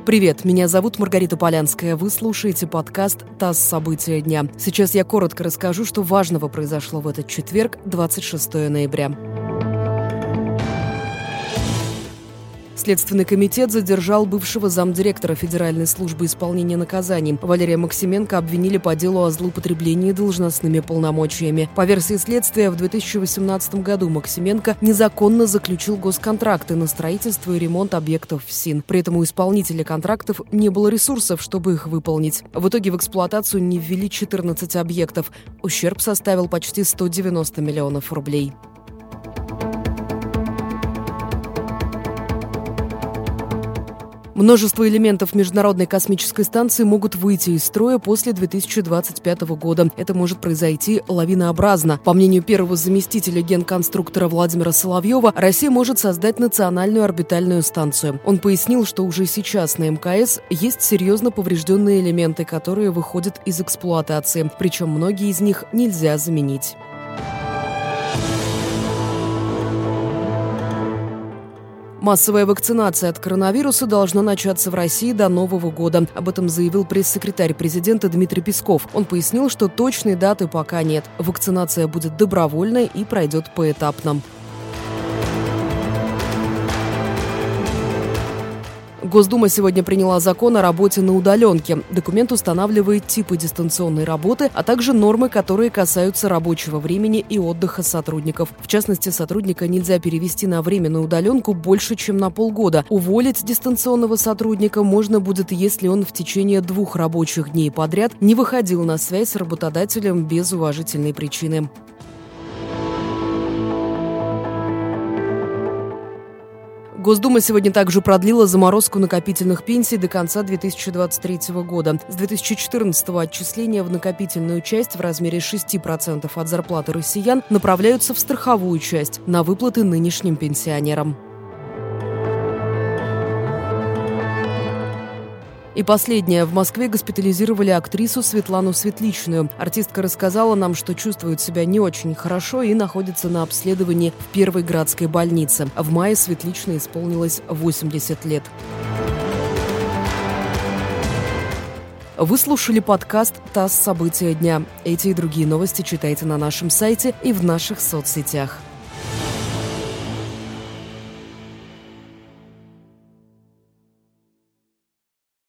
Привет, меня зовут Маргарита Полянская. Вы слушаете подкаст «ТАСС. События дня». Сейчас я коротко расскажу, что важного произошло в этот четверг, 26 ноября. Следственный комитет задержал бывшего замдиректора Федеральной службы исполнения наказаний. Валерия Максименко обвинили по делу о злоупотреблении должностными полномочиями. По версии следствия, в 2018 году Максименко незаконно заключил госконтракты на строительство и ремонт объектов ФСИН. При этом у исполнителя контрактов не было ресурсов, чтобы их выполнить. В итоге в эксплуатацию не ввели 14 объектов. Ущерб составил почти 190 миллионов рублей. Множество элементов Международной космической станции могут выйти из строя после 2025 года. Это может произойти лавинообразно. По мнению первого заместителя генконструктора Владимира Соловьева, Россия может создать национальную орбитальную станцию. Он пояснил, что уже сейчас на МКС есть серьезно поврежденные элементы, которые выходят из эксплуатации. Причем многие из них нельзя заменить. Массовая вакцинация от коронавируса должна начаться в России до Нового года. Об этом заявил пресс-секретарь президента Дмитрий Песков. Он пояснил, что точной даты пока нет. Вакцинация будет добровольной и пройдет поэтапно. Госдума сегодня приняла закон о работе на удаленке. Документ устанавливает типы дистанционной работы, а также нормы, которые касаются рабочего времени и отдыха сотрудников. В частности, сотрудника нельзя перевести на временную удаленку больше, чем на полгода. Уволить дистанционного сотрудника можно будет, если он в течение 2 рабочих дней подряд не выходил на связь с работодателем без уважительной причины. Госдума сегодня также продлила заморозку накопительных пенсий до конца 2023 года. С 2014-го отчисления в накопительную часть в размере 6% от зарплаты россиян направляются в страховую часть на выплаты нынешним пенсионерам. И последнее. В Москве госпитализировали актрису Светлану Светличную. Артистка рассказала нам, что чувствует себя не очень хорошо и находится на обследовании в Первой городской больнице. В мае Светличной исполнилось 80 лет. Вы слушали подкаст «ТАСС. События дня». Эти и другие новости читайте на нашем сайте и в наших соцсетях.